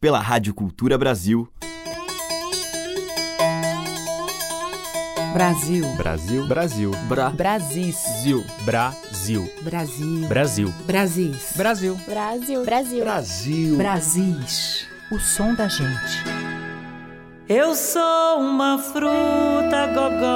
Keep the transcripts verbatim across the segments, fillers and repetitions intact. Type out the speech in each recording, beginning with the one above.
pela Rádio Cultura Brasil. Brasil. Brasil. Brasil. Bra. Brasil. Brasil. Brasil. Brasil. Brasis. Brasil. Brasil. Brasil. Brasil. Brasis. O som da gente. Eu sou uma fruta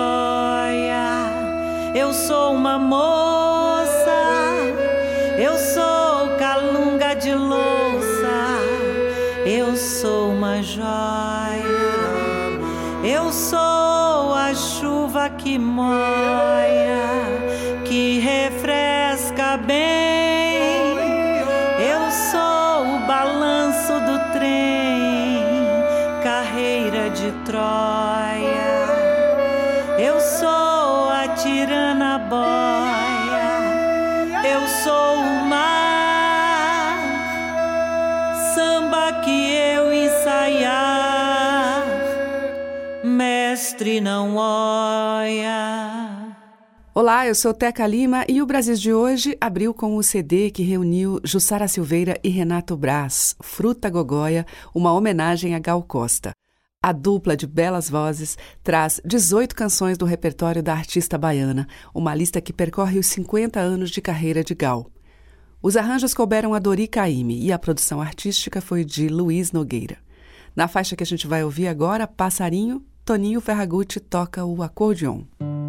gogóia, eu sou uma moça, eu sou calunga de louça, eu sou uma joia, eu sou a chuva que moia, que refresca bem, eu sou o balanço do trem, carreira de Troia, eu sou a tirana boia, eu sou o mar, samba que eu ensaiar, mestre não olha. Olá, eu sou Teca Lima e o Brasil de hoje abriu com o C D que reuniu Jussara Silveira e Renato Braz, Fruta Gogóia, uma homenagem a Gal Costa. A dupla de belas vozes traz dezoito canções do repertório da artista baiana, uma lista que percorre os cinquenta anos de carreira de Gal. Os arranjos couberam a Dori Caymmi e a produção artística foi de Luiz Nogueira. Na faixa que a gente vai ouvir agora, Passarinho, Toninho Ferragutti toca o acordeon.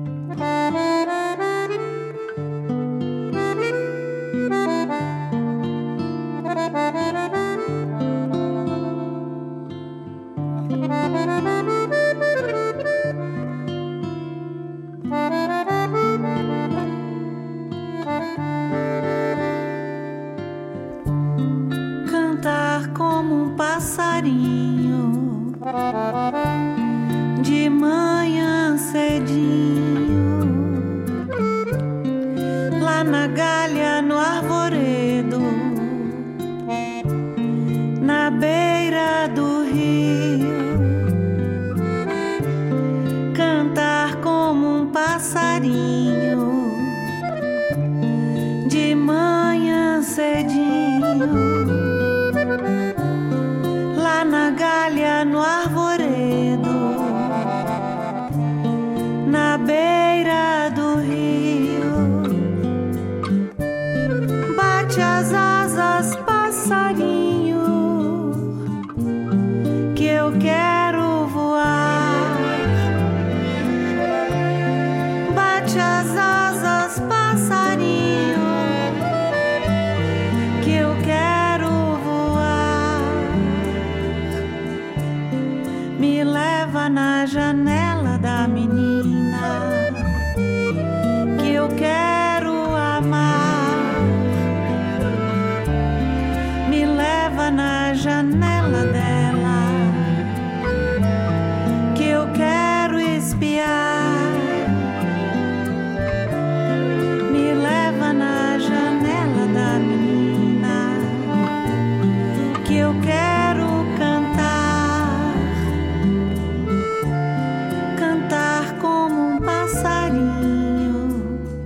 Cantar como um passarinho de manhã cedinho, lá na galha, no arvoredo, na beira do rio. Cantar como um passarinho de manhã cedinho, lá na galha, no arvoredo, na beira do rio. Bate as asas, passarinho, que eu quero voar. Bate as asas, passarinho, que eu quero voar. Me leva na janela da menina, que eu quero amar. Me leva na janela dela, que eu quero espiar. Me leva na janela da menina, que eu quero cantar. Cantar como um passarinho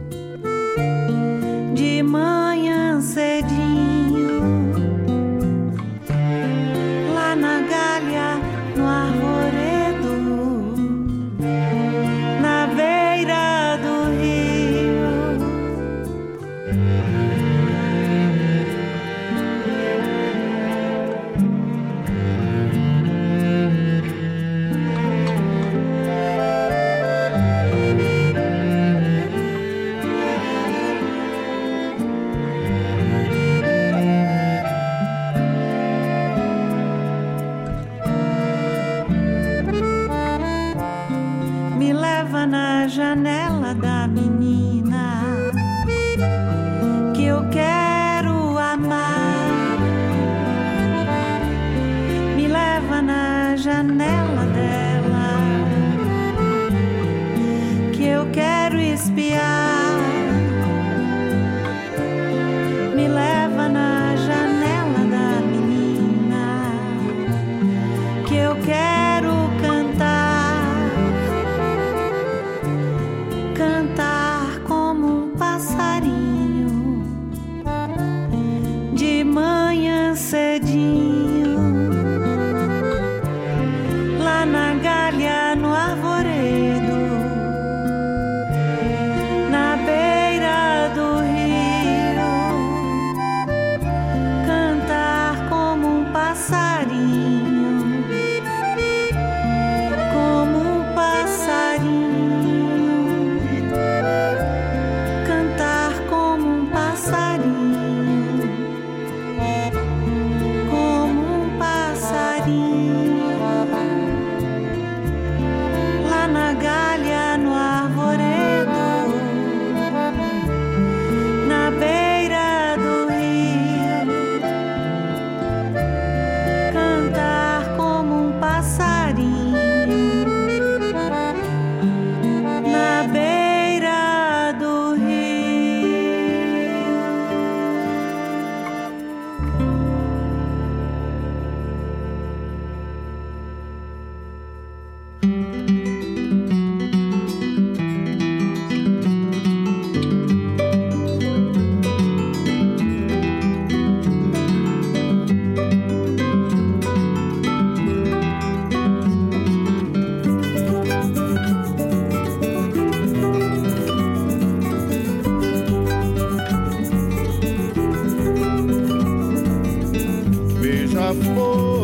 de manhã cedinho, lá na galha, no arvoredo, na beira do rio. Me leva na janela da menina, que eu quero amar. Me leva na janela dela, que eu quero espiar. Me leva na janela da menina, que eu quero cantar. Cantar como um passarinho de manhã cedinho,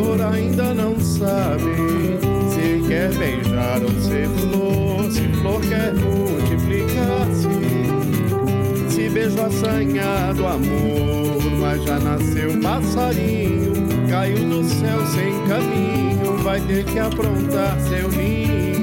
flor ainda não sabe se quer beijar ou ser flor, se flor quer multiplicar-se. Se beijo assanhado amor, mas já nasceu passarinho, caiu do céu sem caminho, vai ter que aprontar seu ninho.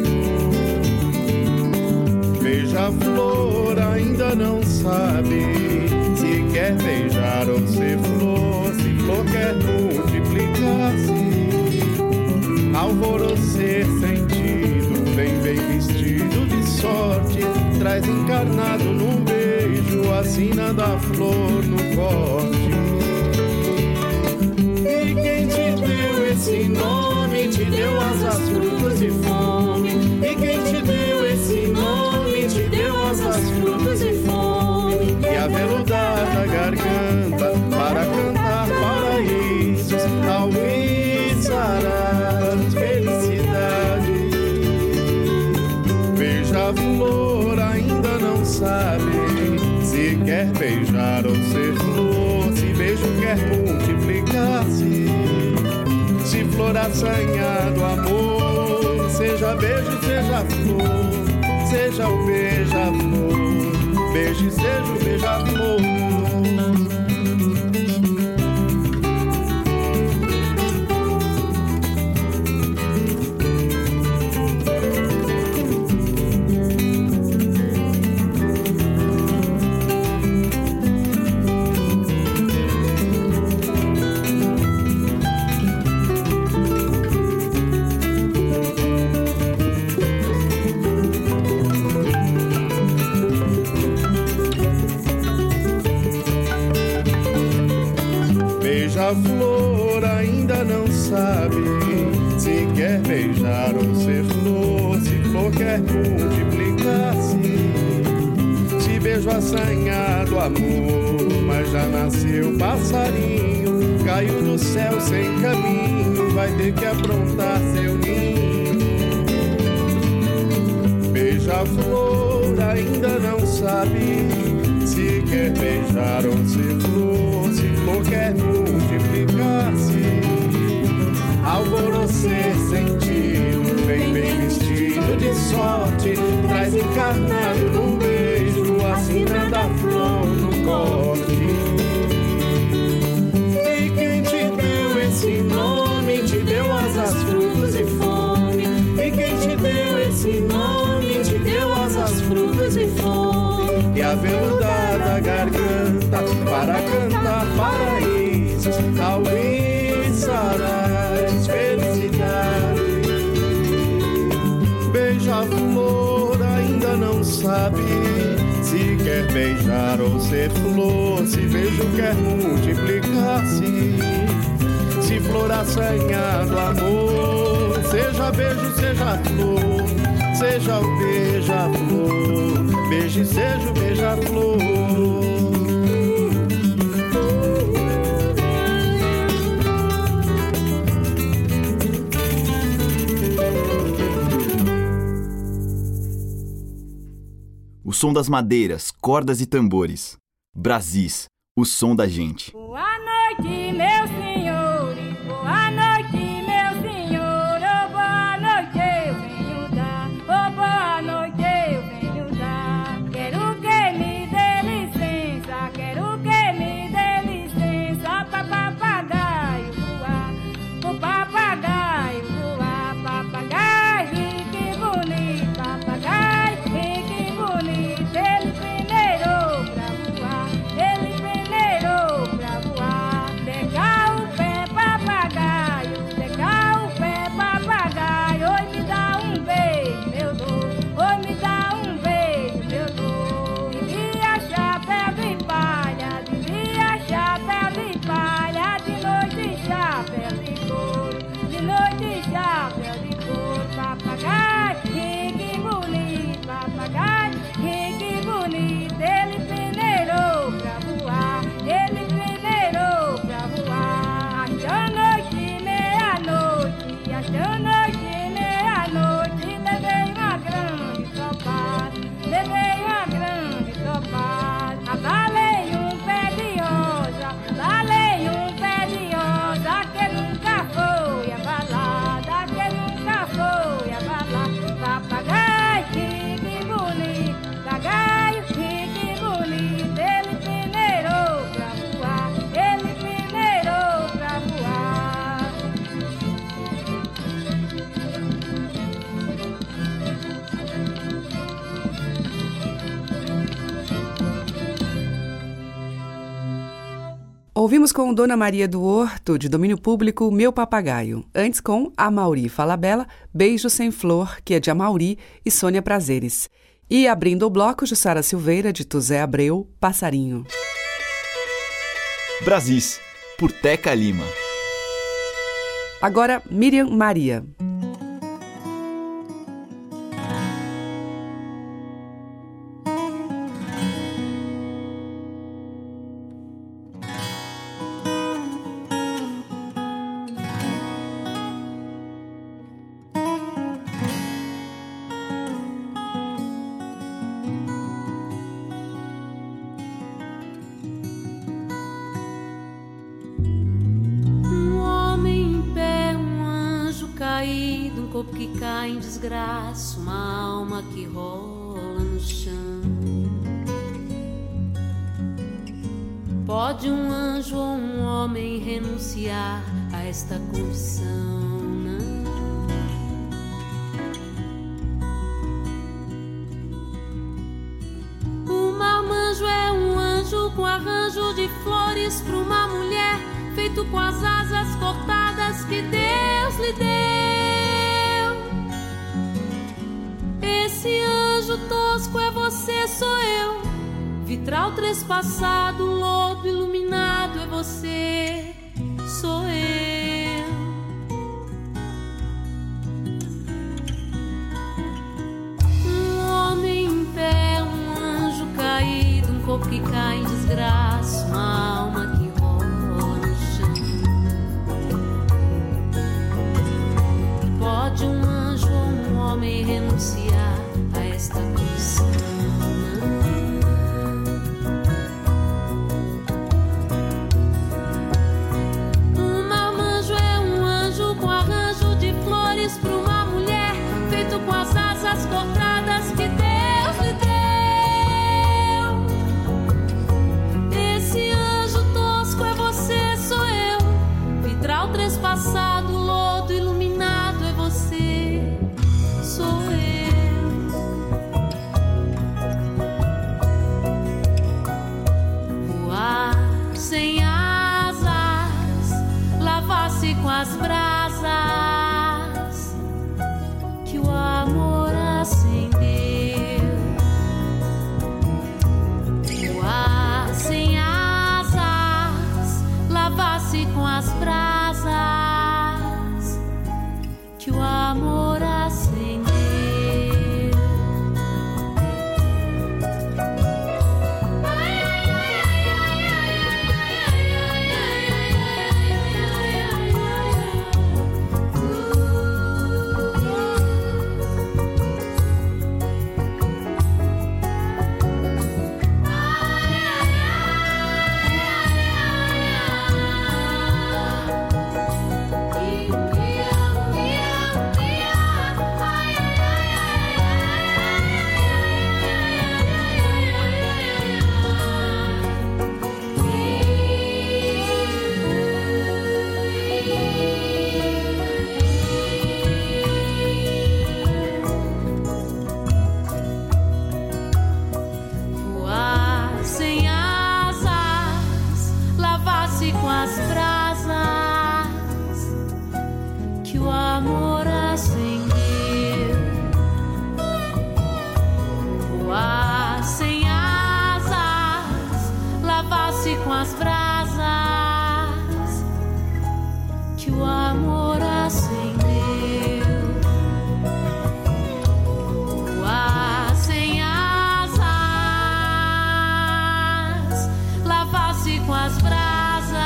Beija-flor ainda não sabe se quer beijar ou ser flor, se flor quer multiplicar-se. Alvorocer sentido, vem bem vestido de sorte, traz encarnado num beijo a sina da flor no corte. E quem te deu esse nome, te deu asas, frutos e fome. E quem te deu esse nome, te deu asas, frutos e fome. E a veludada garganta para cantar paraísos, alviçarás felicidade. Beija-flor ainda não sabe se quer beijar ou ser flor, se beijo quer multiplicar-se. Se flor assanhado amor, seja beijo, seja flor, seja o beija-flor, beijo seja o beija-flor. A flor ainda não sabe se quer beijar ou ser flor, se flor quer multiplicar-se. Se beijo assanhado amor, mas já nasceu passarinho, caiu do céu sem caminho, vai ter que aprontar seu ninho. Beija-flor ainda não sabe se quer beijar ou ser flor, se flor quer multiplicar-se. Alvorocer sentido, vem bem vestido de sorte, traz encarnado num beijo a sina da flor no corte. E quem te deu esse nome, te deu asas, frutos e fome. E quem te deu esse nome, te deu asas, frutos e fome. E a veludada garganta para cantar paraísos, alviçarás felicidade. Beija-flor ainda não sabe se quer beijar ou ser flor, se beijo quer multiplicar-se. Se flor assanhado amor, seja beijo, seja flor, seja o beija-flor, beijo seja o beija-flor. O som das madeiras, cordas e tambores. Brasis, o som da gente. Boa noite, meus senhores. Boa noite, meu senhor. Oh, boa noite, eu venho dar. Oh, boa noite, eu venho dar. Quero que me dê licença. Quero que me dê licença pra papagaio voar. O papagaio voar. Papagaio, que bonito. Papagaio, que bonito. Ele peneirou pra voar. Ele peneirou pra voar. Pegar o pé, papagaio. Pegar o pé, papagaio. Oi, me dá um beijo, meu doce. Oi, me dá um beijo, meu doce. Vivia chapéu de palha. Vivia chapéu de palha. De noite, chapéu de couro. De noite, chapéu de couro. Papagaio, que bonito. Papagaio, que bonito. Ele peneirou pra voar. Ele peneirou pra voar. Achou noite, meia-noite. Achou noite, meia-noite. Levei uma grande tropada. Levei uma grande tropada. Abalei um pé de rosa. Abalei um pé de rosa que nunca foi Ouvimos com Dona Maria do Horto, de domínio público, Meu Papagaio. Antes com Amauri Falabella, Beijo Sem Flor, que é de Amauri, e Sônia Prazeres. E abrindo o bloco, Jussara Silveira, de Tuzé Abreu, Passarinho. Brasis, por Teca Lima. Agora, Miriam Maria. corpo que cai em desgraça, uma alma que rola no chão. Pode um anjo ou um homem renunciar a esta condição? Não. O marmanjo é um anjo com arranjo de flores para uma mulher, feito com as asas cortadas que Deus lhe deu. Esse anjo tosco é você, sou eu. Vitral trespassado, lodo iluminado é você, sou eu. Um homem em pé, um anjo caído, um corpo que cai em desgraça, uma alma que rola no chão. Pode um anjo ou um homem renunciar a esta condição? Para uma mulher, feito com as asas cortadas que Deus lhe deu. Esse anjo tosco é você, sou eu. Vitral trespassado, lodo iluminado é você, sou eu. Voar sem asas, lavar-se com as brasas, o amor acendeu. Voar sem asas, lavar-se com as brasas, que o amor acendeu.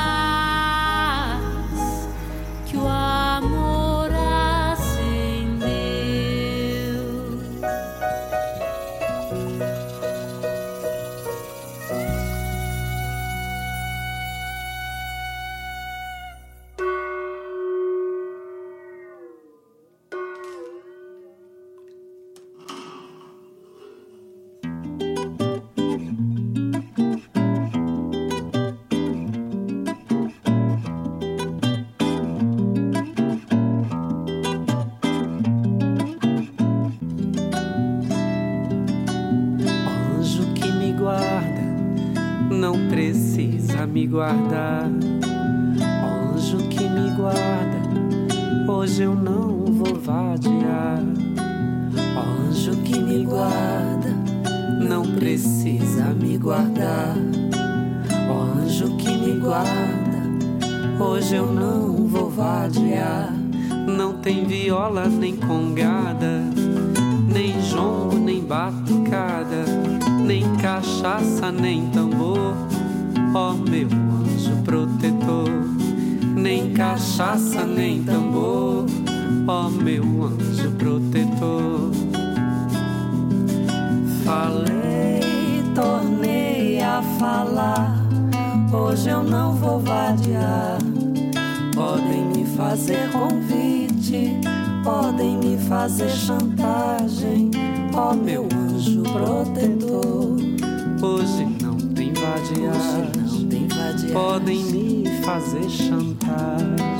Acendeu. me guardar. Ó anjo que me guarda, hoje eu não vou vadiar. Ó anjo que me guarda, não precisa me guardar. Ó anjo que me guarda, hoje eu não vou vadiar. Não tem viola nem congada, nem jongo nem batucada, nem cachaça nem tambor. Ó meu anjo protetor, nem cachaça nem tambor. Ó meu anjo protetor. Falei, tornei a falar, hoje eu não vou vadiar. Podem me fazer convite, podem me fazer chantagem. Ó meu anjo protetor, hoje não tem vadiar. Hoje não tem vadiar. Podem me fazer chantagem.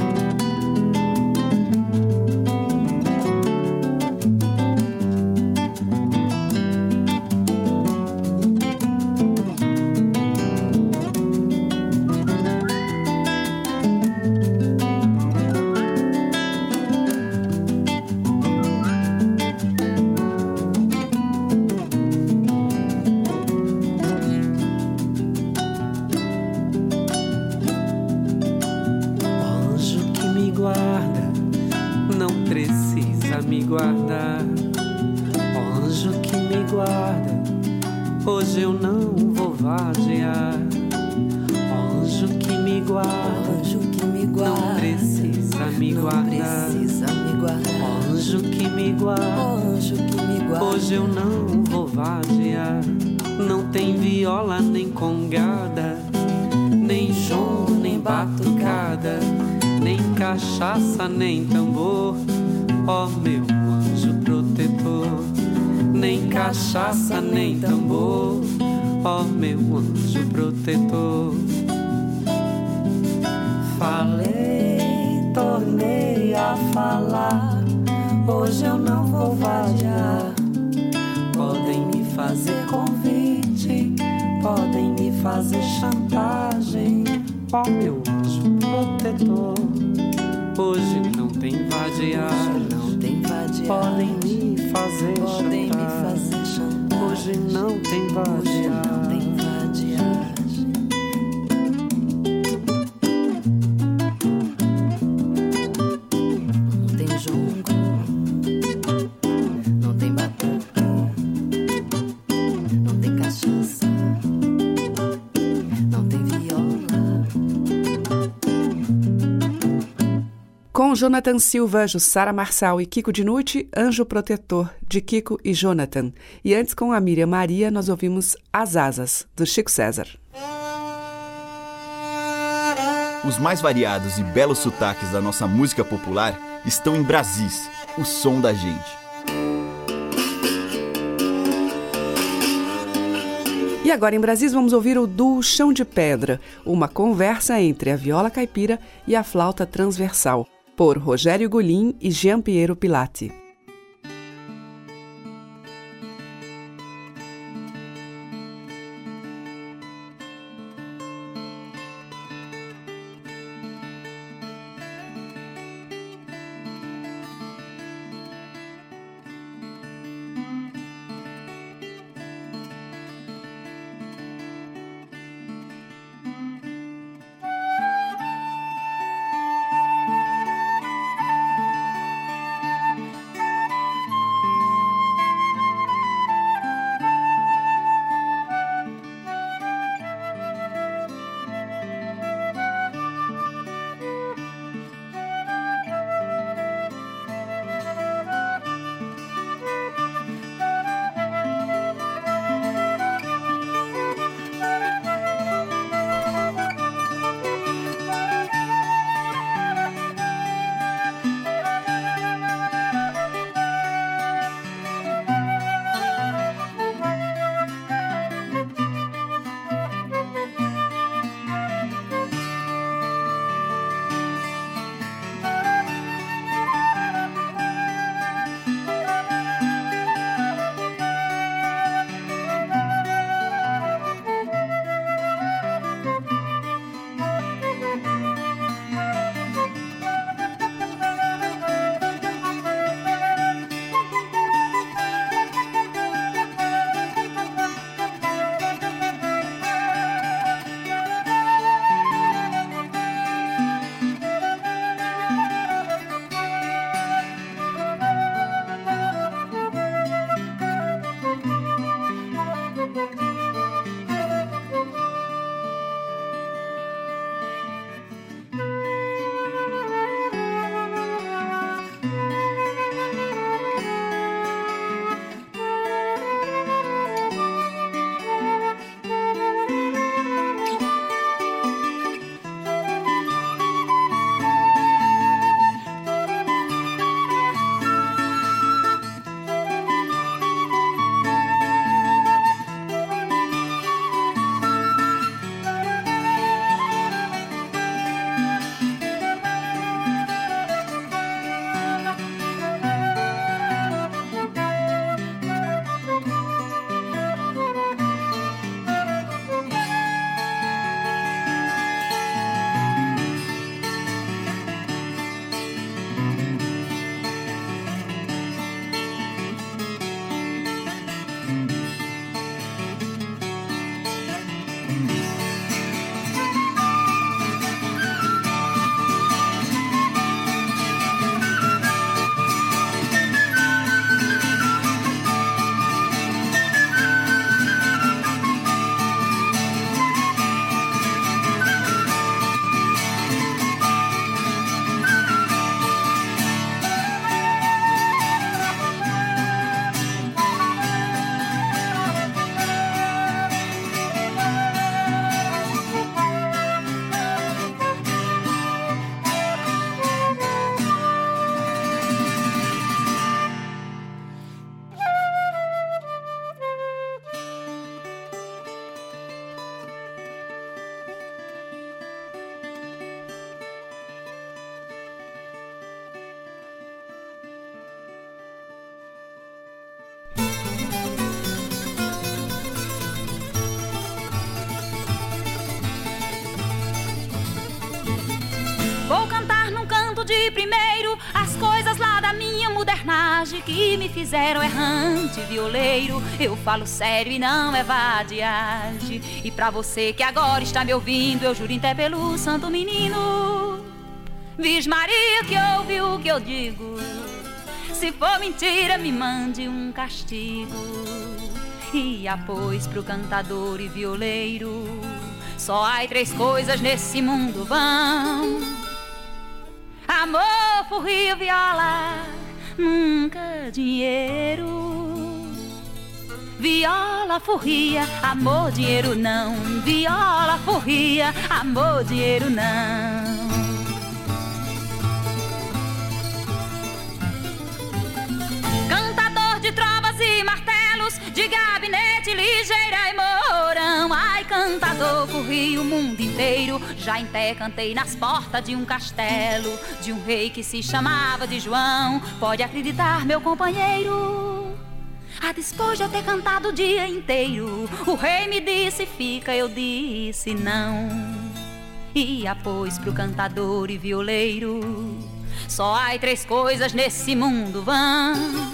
Hoje eu não vou vadiar. Anjo que me guarda, anjo que me guarda, não precisa me guardar. Precisa me guardar. Anjo que me guarda, anjo que me guarda, hoje eu não vou vadiar. Não tem viola nem congada, nem jongo nem batucada, nem cachaça nem tambor. Ó meu anjo protetor, nem cachaça nem tambor. Ó meu anjo protetor. Falei, tornei a falar, hoje eu não vou vadiar. Podem me fazer convite, podem me fazer chantagem. Ó meu anjo protetor, hoje não tem vadiar. Hoje não tem vadiar. Podem me fazer podem chantar. Me fazer chantar. Hoje não tem vadiar. Hoje não tem vadiagem. Não tem jongo, não tem batuque, não tem cachaça, não tem viola. Com Jonathan Silva, Jussara Marçal e Kiko Dinucci, Anjo Protetor, de Kiko e Jonathan. E antes, com a Miriam Maria, nós ouvimos As Asas, do Chico César. Os mais variados e belos sotaques da nossa música popular estão em Brasis, o som da gente. E agora em Brasis vamos ouvir o duo Chão de Pedra, uma conversa entre a viola caipira e a flauta transversal, por Rogério Gulim e Jean Piero Pilati. Thank you. de primeiro as coisas lá da minha modernagem que me fizeram errante violeiro. Eu falo sério e não é vadiagem. E pra você que agora está me ouvindo, eu juro em té pelo santo menino, Virgem Maria, que ouve o que eu digo. Se for mentira, me mande um castigo. E após pro cantador e violeiro, só há três coisas nesse mundo vão: amor, furria, viola, nunca dinheiro. Viola, furria, amor, dinheiro não. Viola, furria, amor, dinheiro não. Cantador de trovas e martelos, de gabinete ligeira e mourão. Ai, cantador, corri o mundo inteiro. Já em té cantei nas portas de um castelo, de um rei que se chamava de João. Pode acreditar, meu companheiro, a depois de eu ter cantado o dia inteiro, o rei me disse fica, eu disse não. E após pro cantador e violeiro, só há três coisas nesse mundo vão: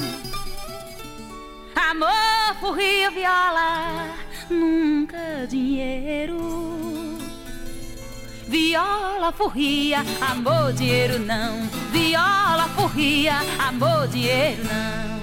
amor, furria, viola, nunca dinheiro. Viola, furria, amor, dinheiro não. Viola, furria, amor, dinheiro não.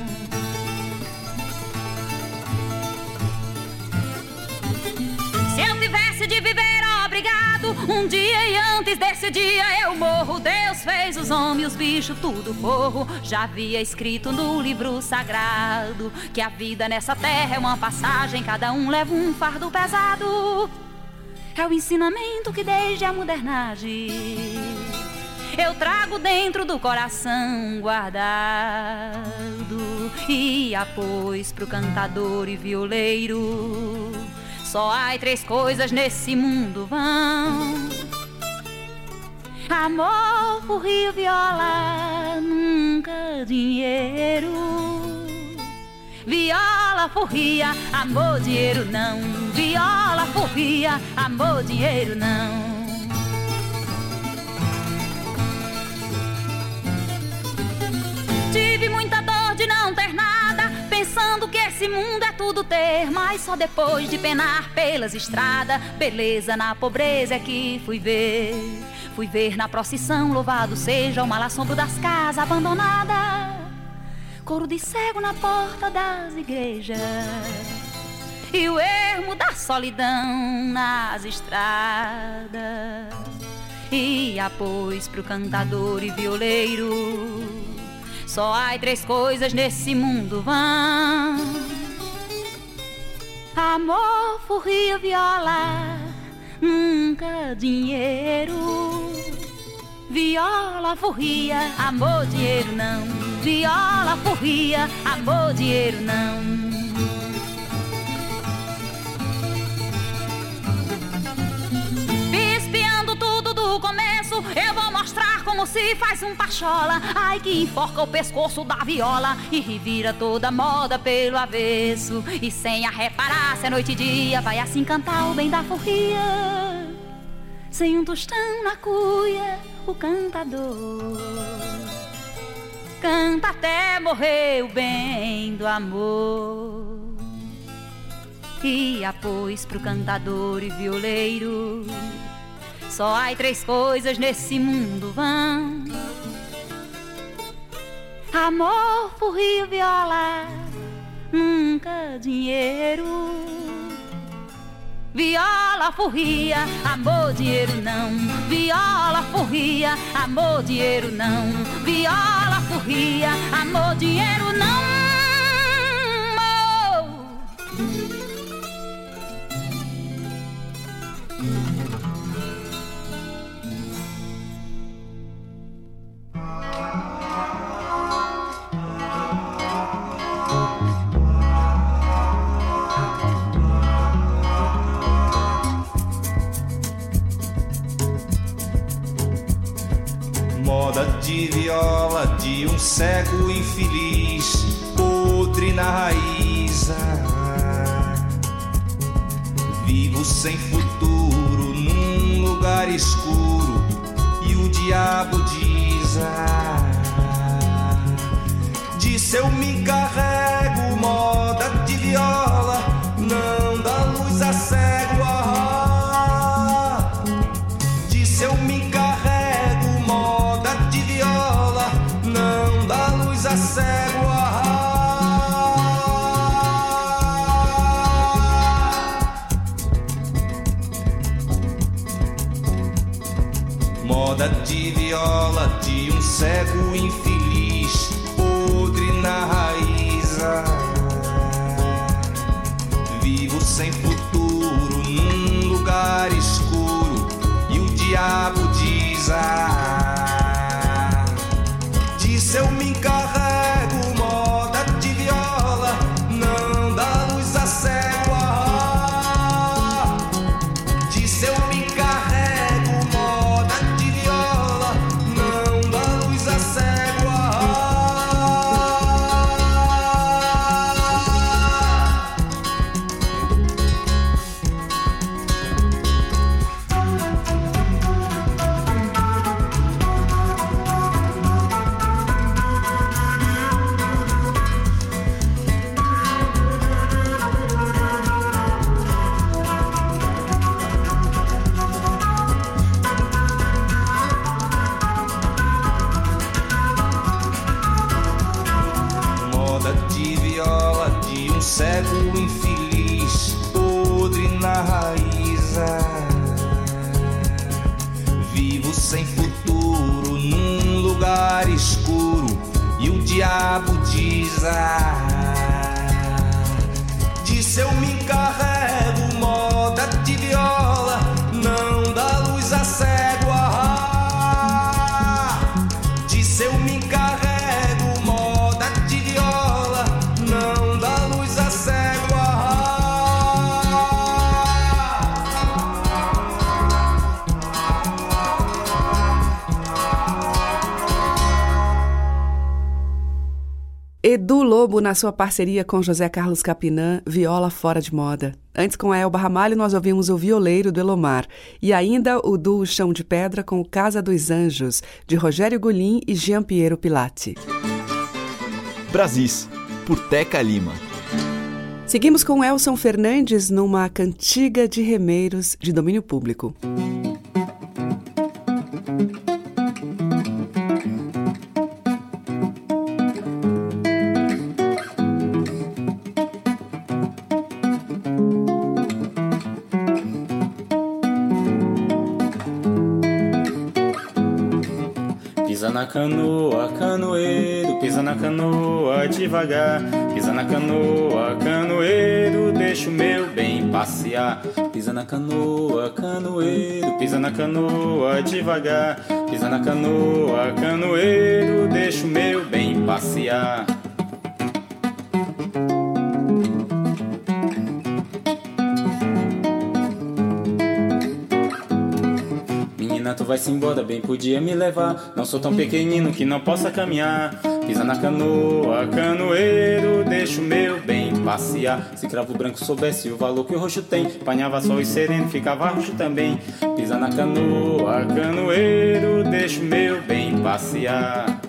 Se eu tivesse de viver obrigado, um dia e antes desse dia eu morro. Deus fez os homens, os bichos, tudo forro. Já havia escrito no livro sagrado que a vida nessa terra é uma passagem, cada um leva um fardo pesado. É o ensinamento que desde a modernagem eu trago dentro do coração guardado. E após pro cantador e violeiro, só há três coisas nesse mundo vão: amor, furria, viola, nunca dinheiro. Viola, furria, amor, dinheiro não. Viola, furria, amor, dinheiro não. Tive muita dor de não ter nada, pensando que esse mundo é tudo ter, mas só depois de penar pelas estradas, beleza na pobreza é que fui ver. Fui ver na procissão, louvado seja o mal assombro das casas abandonadas, coro de cego na porta das igrejas e o ermo da solidão nas estradas. E após pro cantador e violeiro, só há três coisas nesse mundo vão: amor, furria, viola, nunca dinheiro. Viola, furria, amor, dinheiro não. Viola, furria, amor, dinheiro não. Espiando tudo do começo, eu vou mostrar como se faz um pachola. Ai, que enforca o pescoço da viola e revira toda a moda pelo avesso. E sem a reparar se é noite e dia, vai assim cantar o bem da furria. Sem um tostão na cuia, o cantador canta até morrer o bem do amor. E após pro cantador e violeiro, só há três coisas nesse mundo vão: amor, furria, viola, nunca dinheiro. Viola, furria, amor, dinheiro não. Viola, furria, amor, dinheiro não. Viola, furria, amor, dinheiro não. Moda de viola de um cego infeliz, podre na raiz. Ah, vivo sem futuro num lugar escuro e o diabo diz: Disse eu me carrego, moda de viola, não dá luz a cego. Ah, disse eu me carrego, moda de viola, não dá luz a cego. Ah, moda de viola de um cego infeliz, podre na raiz. Ah, vivo sem futuro num lugar escuro e o diabo diz: ah, disse eu me carrego, moda de viola, não dá luz a cego. Ah, disse eu me carrego, moda de viola, não dá luz a cego. Cego infeliz, podre na raiz. Ah, vivo sem futuro num lugar escuro e o diabo diz: ah, disse eu me carrego, moda de viola, não dá luz a cego. Ah, disse eu me carrego, moda de viola, não dá luz a cego. Edu Lobo na sua parceria com José Carlos Capinã, Viola Fora de Moda. Antes, com a Elba Ramalho, nós ouvimos o Violeiro do Elomar. E ainda o duo Chão de Pedra com Casa dos Anjos, de Rogério Gulim e Jean Piero Pilati. Brasis, por Teca Lima. Seguimos com Elson Fernandes numa cantiga de remeiros de domínio público. Pisa na canoa, canoeiro, pisa na canoa devagar. Pisa na canoa, canoeiro, deixa o meu bem passear. Pisa na canoa, canoeiro, pisa na canoa devagar. Pisa na canoa, canoeiro, deixa o meu bem passear. Tu vai-se embora, bem podia me levar. Não sou tão pequenino que não possa caminhar. Pisa na canoa, canoeiro, deixa o meu bem passear. Se cravo branco soubesse o valor que o roxo tem, apanhava sol e sereno, ficava roxo também. Pisa na canoa, canoeiro, deixa o meu bem passear.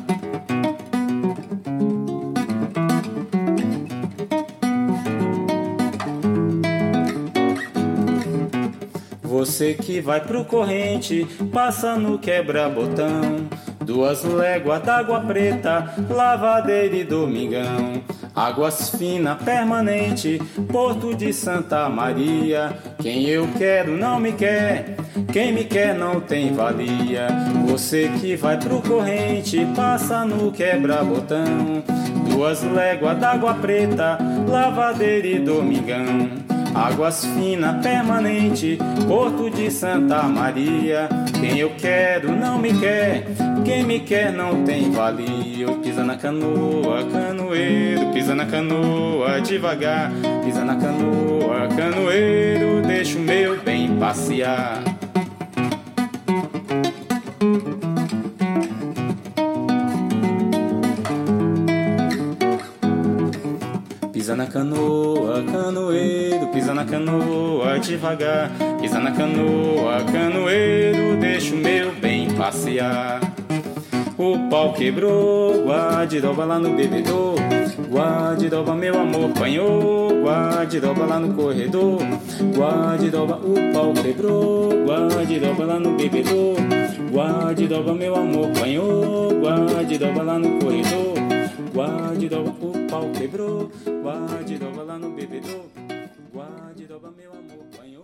Você que vai pro corrente, passa no quebra-botão. Duas léguas d'água preta, lavadeira e domingão. Águas fina permanente, Porto de Santa Maria. Quem eu quero não me quer, quem me quer não tem valia. Você que vai pro corrente, passa no quebra-botão. Duas léguas d'água preta, lavadeira e domingão. Águas fina permanente, Porto de Santa Maria. Quem eu quero não me quer, quem me quer não tem valia. Pisa na canoa, canoeiro, pisa na canoa devagar. Pisa na canoa, canoeiro, deixa o meu bem passear. Pisa na canoa, canoeiro, pisa na canoa devagar. Pisa na canoa, canoeiro, deixa o meu bem passear. o pau quebrou. Guardiroba lá no bebedouro, guardiroba meu amor apanhou. Guardiroba lá no corredor, guardiroba o pau quebrou. Guardiroba lá no bebedouro, guardiroba meu amor apanhou. Guardiroba lá no corredor, guardiroba o pau quebrou. Guardiroba lá no bebedouro, guardiroba meu amor apanhou.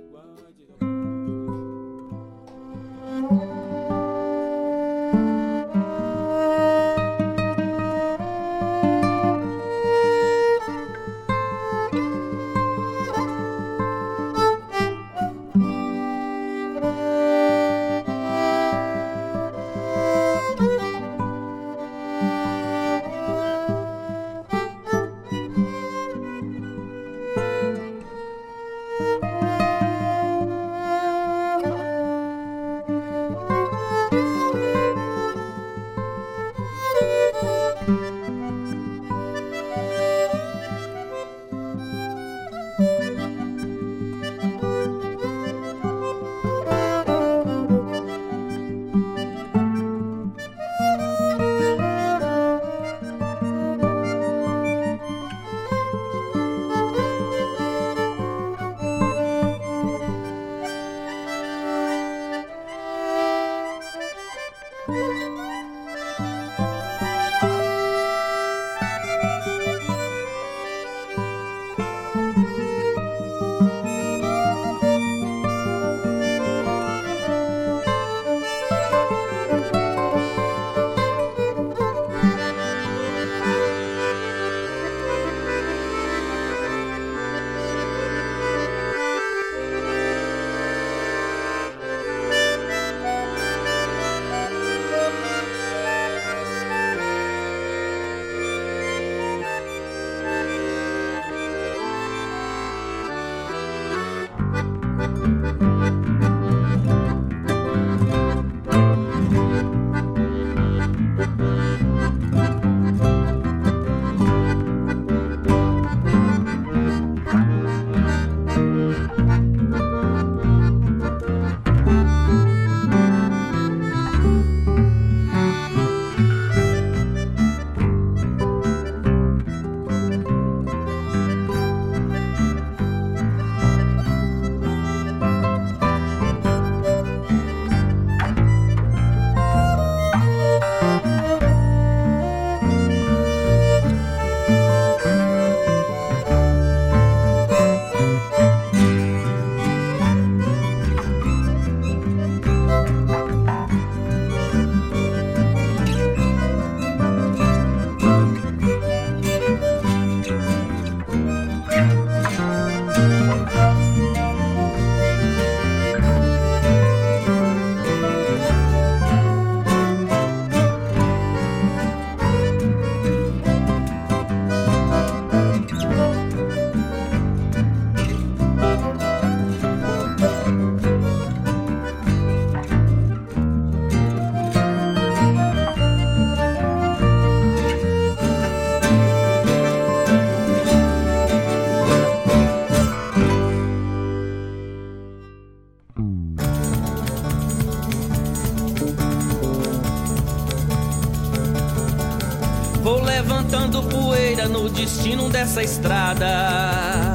levantando poeira no destino dessa estrada,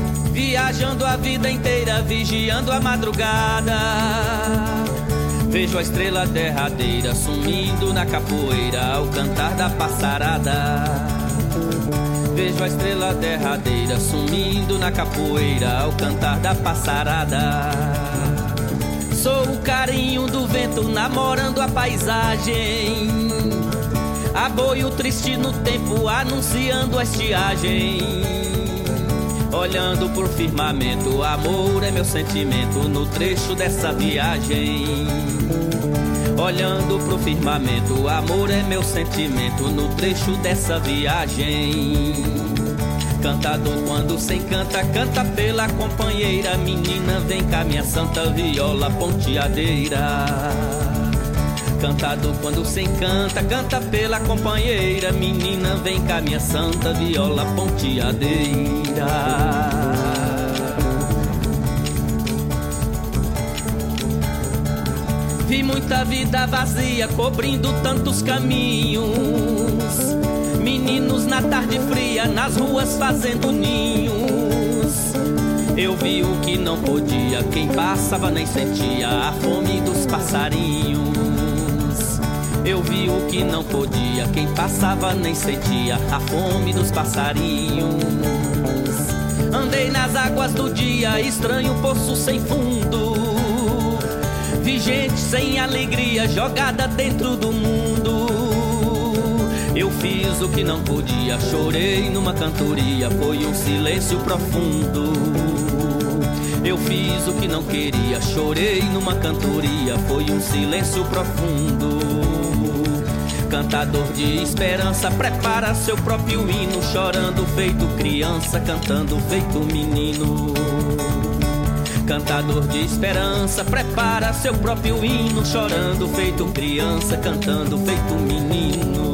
viajando a vida inteira, vigiando a madrugada. Vejo a estrela derradeira sumindo na capoeira ao cantar da passarada. Vejo a estrela derradeira sumindo na capoeira ao cantar da passarada. Sou o carinho do vento namorando a paisagem, aboio triste no tempo anunciando a estiagem. Olhando pro firmamento, amor é meu sentimento no trecho dessa viagem. Olhando pro firmamento, amor é meu sentimento no trecho dessa viagem. Cantador quando cê canta, canta pela companheira. Menina, vem cá minha santa viola ponteadeira. Cantador quando cê canta, canta pela companheira. Menina, vem cá minha santa viola ponteadeira. Vi muita vida vazia cobrindo tantos caminhos. Meninos na tarde fria nas ruas fazendo ninhos. Eu vi o que não podia, quem passava nem sentia a fome dos passarinhos. Eu vi o que não podia, quem passava nem sentia a fome dos passarinhos. Andei nas águas do dia, estranho poço sem fundo. Vi gente sem alegria jogada dentro do mundo. Eu fiz o que não podia, chorei numa cantoria, foi um silêncio profundo. Eu fiz o que não queria, chorei numa cantoria, foi um silêncio profundo. Cantador de esperança, prepara seu próprio hino, chorando feito criança, cantando feito menino. Cantador de esperança, prepara seu próprio hino, chorando feito criança, cantando feito menino.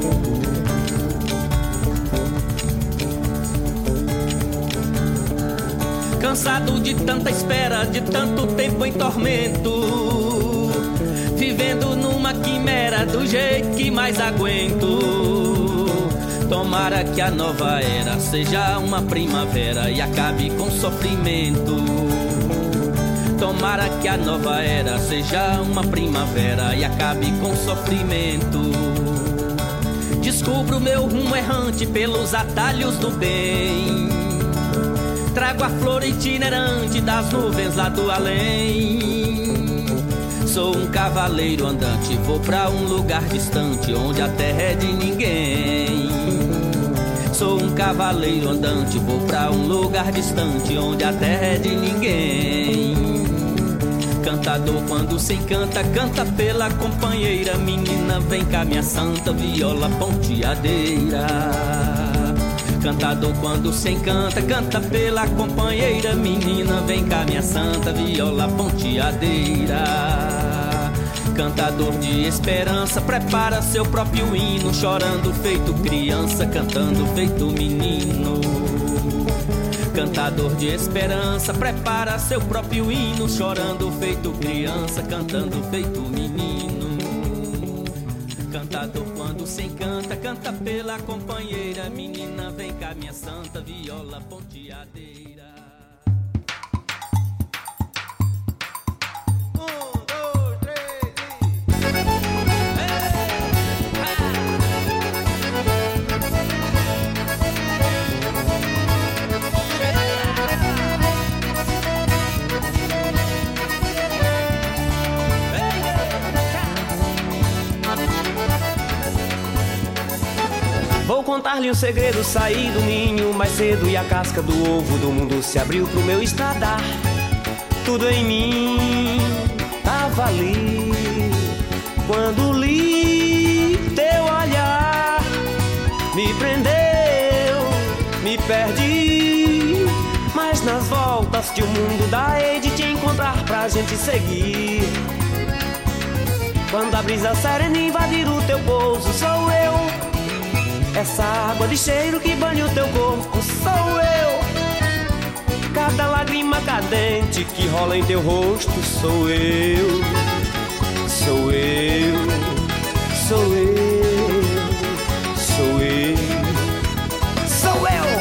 Cansado de tanta espera, de tanto tempo em tormento, vivendo numa quimera do jeito que mais aguento. Tomara que a nova era seja uma primavera e acabe com sofrimento. Tomara que a nova era seja uma primavera e acabe com sofrimento. Descubro meu rumo errante pelos atalhos do bem. Trago a flor itinerante das nuvens lá do além. Sou um cavaleiro andante, vou pra um lugar distante, onde a terra é de ninguém. Sou um cavaleiro andante, vou pra um lugar distante, onde a terra é de ninguém. Cantador quando se encanta, canta pela companheira. Menina, vem cá minha santa, viola ponteadeira. Cantador quando se encanta, canta pela companheira. Menina, vem cá minha santa, viola ponteadeira. Cantador de esperança, prepara seu próprio hino, chorando feito criança, cantando feito menino. Cantador de esperança, prepara seu próprio hino, chorando feito criança, cantando feito menino. Cantador quando se encanta, canta pela companheira. Menina, vem cá minha santa, viola ponteadeira. Um, dois, três e... Vou contar-lhe um segredo, saí do ninho mais cedo e a casca do ovo do mundo se abriu pro meu estradar. Tudo em mim tava ali quando li teu olhar. Me prendeu, me perdi, mas nas voltas que o mundo dá hei de te encontrar pra gente seguir. Quando a brisa serena invadir o teu pouso, sou eu. Essa água de cheiro que banha o teu corpo, sou eu. Cada lágrima cadente que rola em teu rosto, sou eu. Sou eu, sou eu, sou eu, sou eu.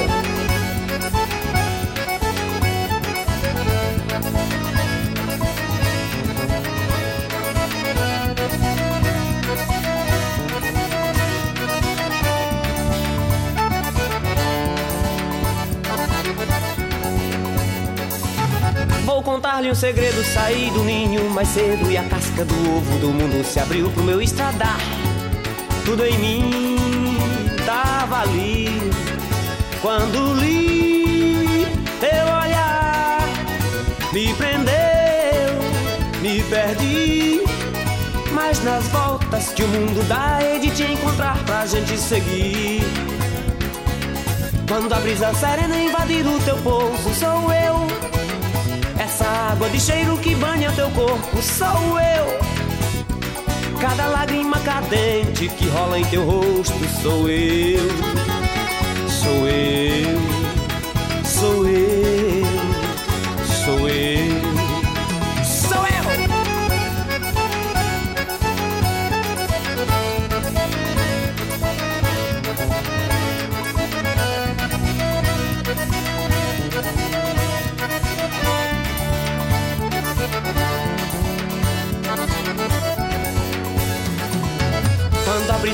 Vou contar-lhe um segredo, saí do ninho mais cedo e a casca do ovo do mundo se abriu pro meu estradar. Tudo em mim tava ali quando li teu olhar. Me prendeu, me perdi, mas nas voltas que o mundo dá hei de te encontrar pra gente seguir. Quando a brisa serena invadir o teu pouso, sou eu. Essa água de cheiro que banha teu corpo, sou eu. Cada lágrima cadente que rola em teu rosto, sou eu. Sou eu, sou eu, sou eu, sou eu.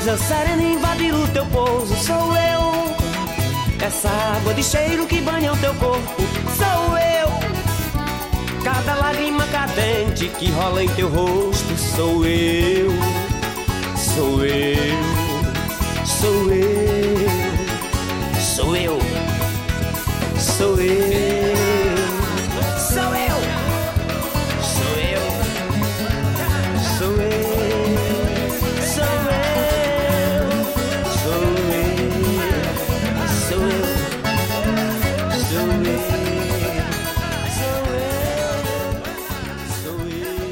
coisa séria em invadir o teu pouso. Sou eu, essa água de cheiro que banha o teu corpo. Sou eu, cada lágrima cadente que rola em teu rosto. Sou eu, sou eu, sou eu, sou eu, sou eu, sou eu, sou eu, sou eu, sou eu, sou eu, sou eu, sou eu, sou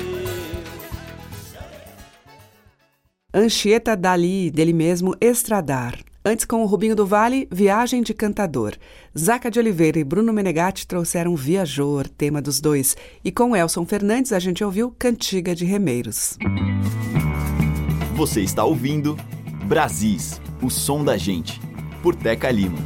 eu. Anchieta Dali, dele mesmo, Estradar. Antes, com o Rubinho do Vale, Viagem de Cantador. Zaca de Oliveira e Bruno Menegatti trouxeram Viajor, tema dos dois. E com Elson Fernandes, a gente ouviu Cantiga de Remeiros. Você está ouvindo Brasis, o som da gente, por Teca Lima.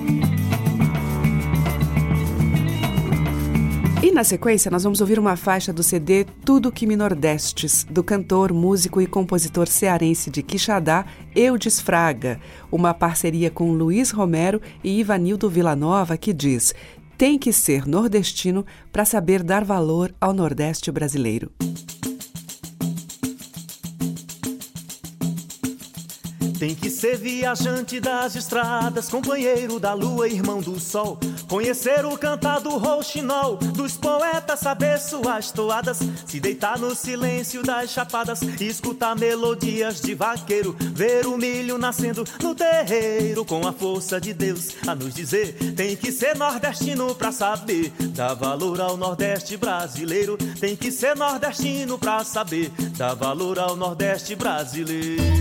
E na sequência nós vamos ouvir uma faixa do C D Tudo Que Me Nordestes, do cantor, músico e compositor cearense de Quixadá, Eudes Fraga, uma parceria com Luiz Romero e Ivanildo Villanova, que diz: tem que ser nordestino para saber dar valor ao Nordeste brasileiro. Tem que ser viajante das estradas, companheiro da lua, irmão do sol. Conhecer o cantar do rouxinol, dos poetas, saber suas toadas. Se deitar no silêncio das chapadas, escutar melodias de vaqueiro. Ver o milho nascendo no terreiro, com a força de Deus a nos dizer. Tem que ser nordestino pra saber dar valor ao Nordeste brasileiro. Tem que ser nordestino pra saber dar valor ao Nordeste brasileiro.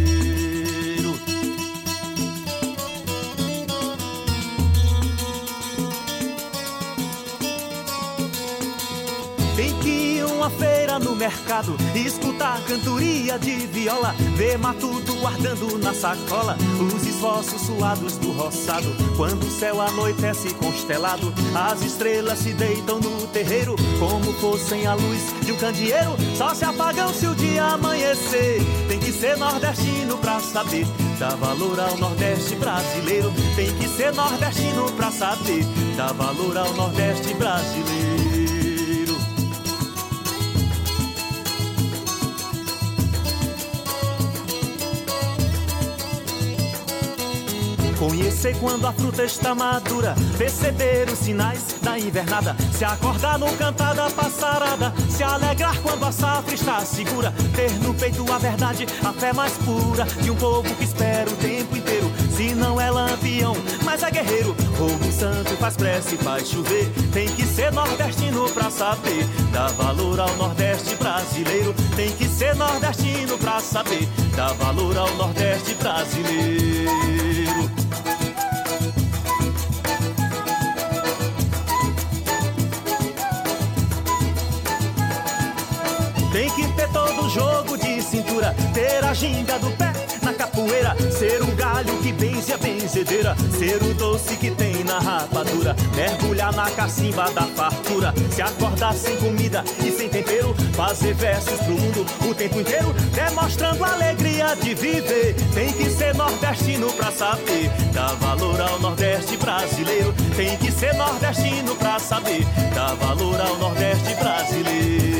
Tem que ir uma feira no mercado, escutar cantoria de viola, ver matuto guardando na sacola os esforços suados do roçado. Quando o céu anoitece constelado, as estrelas se deitam no terreiro, como fossem a luz de um candeeiro, só se apagam se o dia amanhecer. Tem que ser nordestino pra saber dar valor ao Nordeste brasileiro. Tem que ser nordestino pra saber dar valor ao Nordeste brasileiro. Conhecer quando a fruta está madura, perceber os sinais da invernada, se acordar no cantar da passarada, se alegrar quando a safra está segura, ter no peito a verdade, a fé mais pura de um povo que espera o tempo inteiro. Se não é lampião, mas é guerreiro, roubo santo, faz prece, faz chover. Tem que ser nordestino pra saber dar valor ao Nordeste brasileiro. Tem que ser nordestino pra saber dar valor ao Nordeste brasileiro. Tem que ter todo jogo de cintura, ter a ginga do pé na capoeira, ser o galho que benze a benzedeira, ser o doce que tem na rapadura, mergulhar na cacimba da fartura, se acordar sem comida e sem tempero, fazer versos pro mundo o tempo inteiro, demonstrando a alegria de viver. Tem que ser nordestino pra saber dar valor ao Nordeste brasileiro. Tem que ser nordestino pra saber dar valor ao Nordeste brasileiro.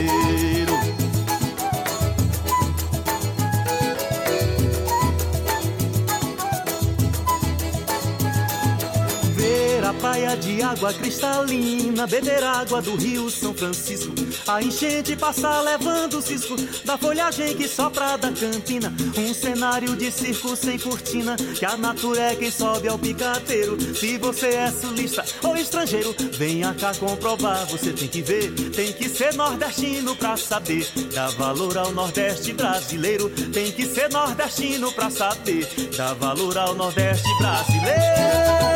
A praia de água cristalina, beber água do rio São Francisco, a enchente passar levando o cisco da folhagem que sopra da campina, um cenário de circo sem cortina, que a natureza é quem sobe ao picadeiro. Se você é sulista ou estrangeiro, venha cá comprovar, você tem que ver. Tem que ser nordestino pra saber dar valor ao Nordeste brasileiro. Tem que ser nordestino pra saber dar valor ao Nordeste brasileiro.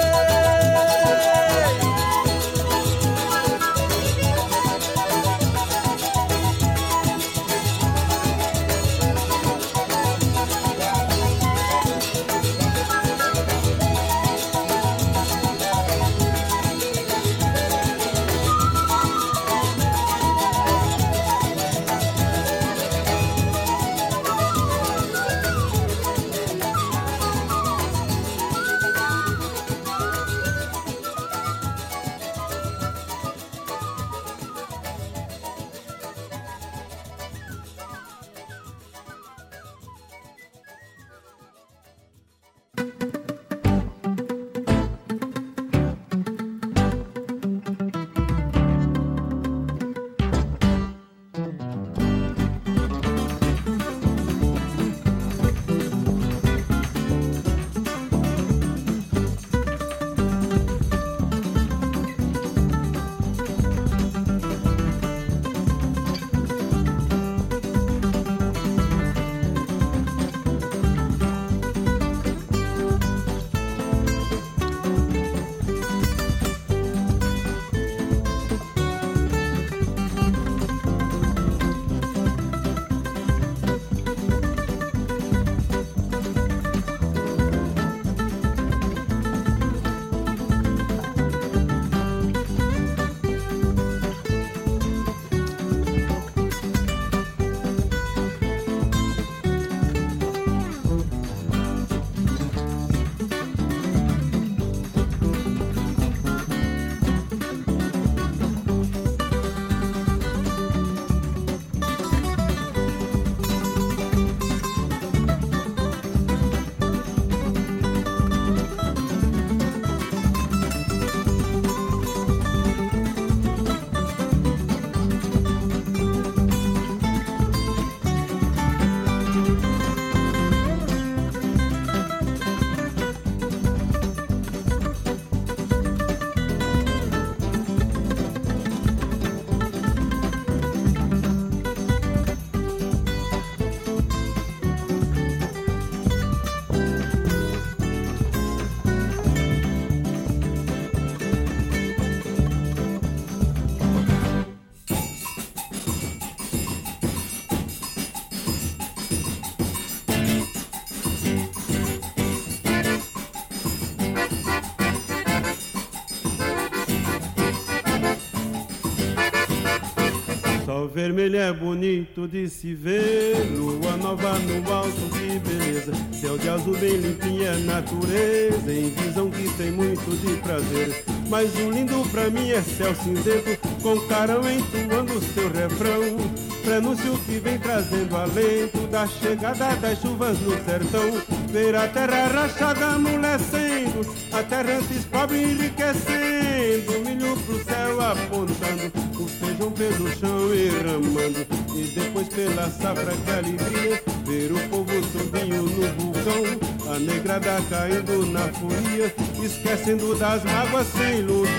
vermelho é bonito de se ver, lua nova no alto, que beleza. Céu de azul bem limpinho é natureza, em visão que tem muito de prazer. Mas o lindo pra mim é céu cinzento, com carão entoando o seu refrão, prenúncio que vem trazendo alento da chegada das chuvas no sertão. Ver a terra rachada amolecendo, a terra antes pobre enriquecendo, milho pro céu apontando, o feijão pelo chão derramando, e depois pela safra que alegria, ver o povo todinho no vulcão, a negrada caindo na folia, esquecendo das mágoas sem luto.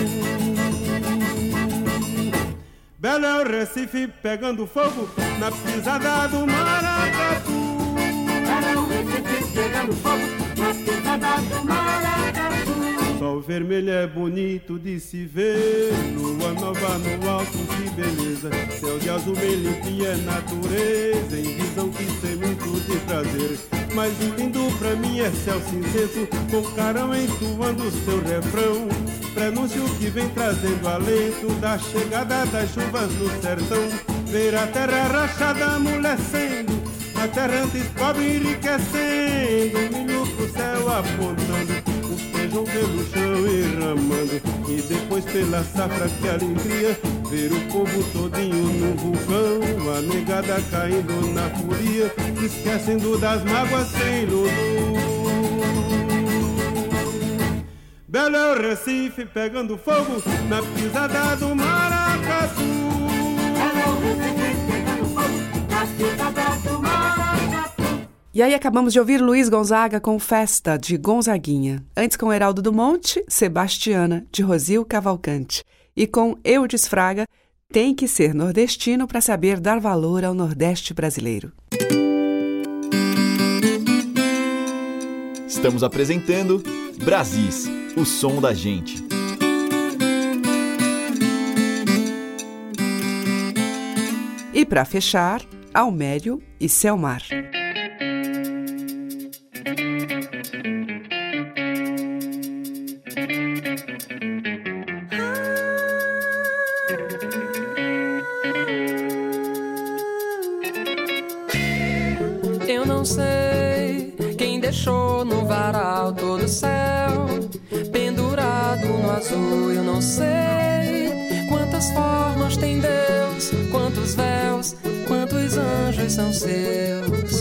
Belo é o Recife pegando fogo na pisada do maracatu. Belo é o Recife pegando fogo na pisada do maracatu. Sol vermelho é bonito de se ver, lua nova no alto, que beleza. Céu de azul bem limpinho é natureza, em visão que tem muito de prazer. Mas o lindo pra mim é céu cinzento, com carão entoando o seu refrão, prenúncio que vem trazendo alento da chegada das chuvas no sertão. Ver a terra rachada amolecendo, a terra antes pobre enriquecendo, milho pro céu apontando, o feijão pelo chão derramando, e depois pela safra que alegria, ver o povo todinho no vulcão, a negada caindo na folia, esquecendo das mágoas sem luto. Belo é o Recife pegando fogo na pisada do maracatu. Belo é o Recife pegando fogo na pisada do maracatu. E aí acabamos de ouvir Luiz Gonzaga com Festa, de Gonzaguinha. Antes com Heraldo do Monte, Sebastiana, de Rosil Cavalcante. E com Eudes Fraga, Tem que ser nordestino para saber dar valor ao Nordeste brasileiro. Estamos apresentando Brasis, o som da gente. E para fechar, Almério e Selmar. Eu não sei quem deixou no varal todo o céu pendurado no azul. Eu não sei quantas formas tem Deus, quantos véus, quantos anjos são seus.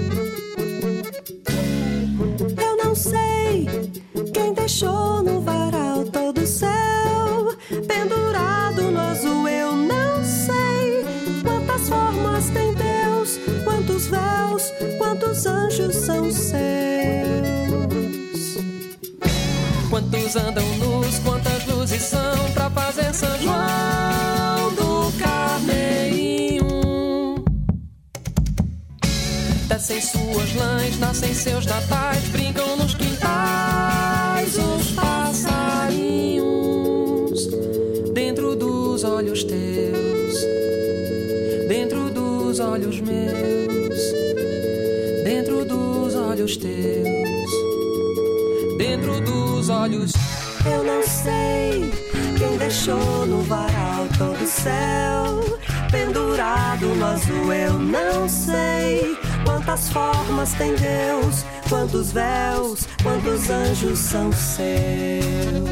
Eu não sei quem deixou no varal todo o céu pendurado no azul. Eu não sei quantas formas tem Deus, quantos véus, quantos anjos são seus. Quantos andam nus, quantas luzes são pra fazer São João do Carneirinho. Descem suas lãs, nascem seus natais, brincam nos quintais os passarinhos. Dentro dos olhos teus, dentro dos olhos meus, dentro dos olhos teus, dentro dos olhos. Eu não sei quem deixou no varal todo o céu pendurado no azul. Eu não sei quantas formas tem Deus, quantos véus, quantos anjos são seus.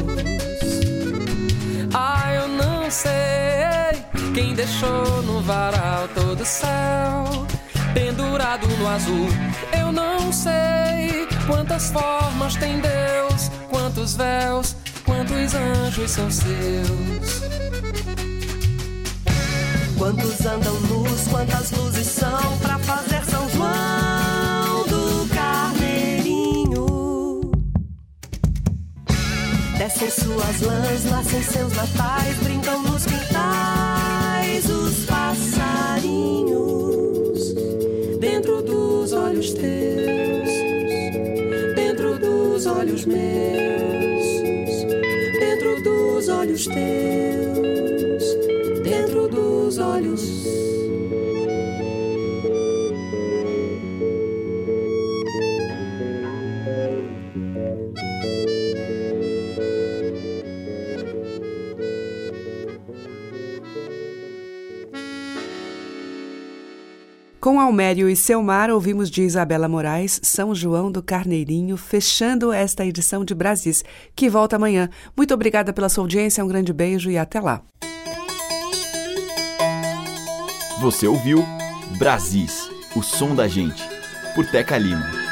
Ah, eu não sei quem deixou no varal todo o céu pendurado no azul. Eu não sei quantas formas tem Deus, quantos véus, quantos anjos são seus. Quantos andam nus, quantas luzes são pra fazer São João do Carneirinho. Descem suas lãs, nascem seus natais, brincam nos quintais os passarinhos. Dentro dos olhos teus, dentro dos olhos meus, dentro dos olhos teus, dentro dos olhos. Com Almério e Selmar, ouvimos de Isabela Moraes, São João do Carneirinho, fechando esta edição de Brasis, que volta amanhã. Muito obrigada pela sua audiência, um grande beijo e até lá. Você ouviu Brasis, o som da gente, por Teca Lima.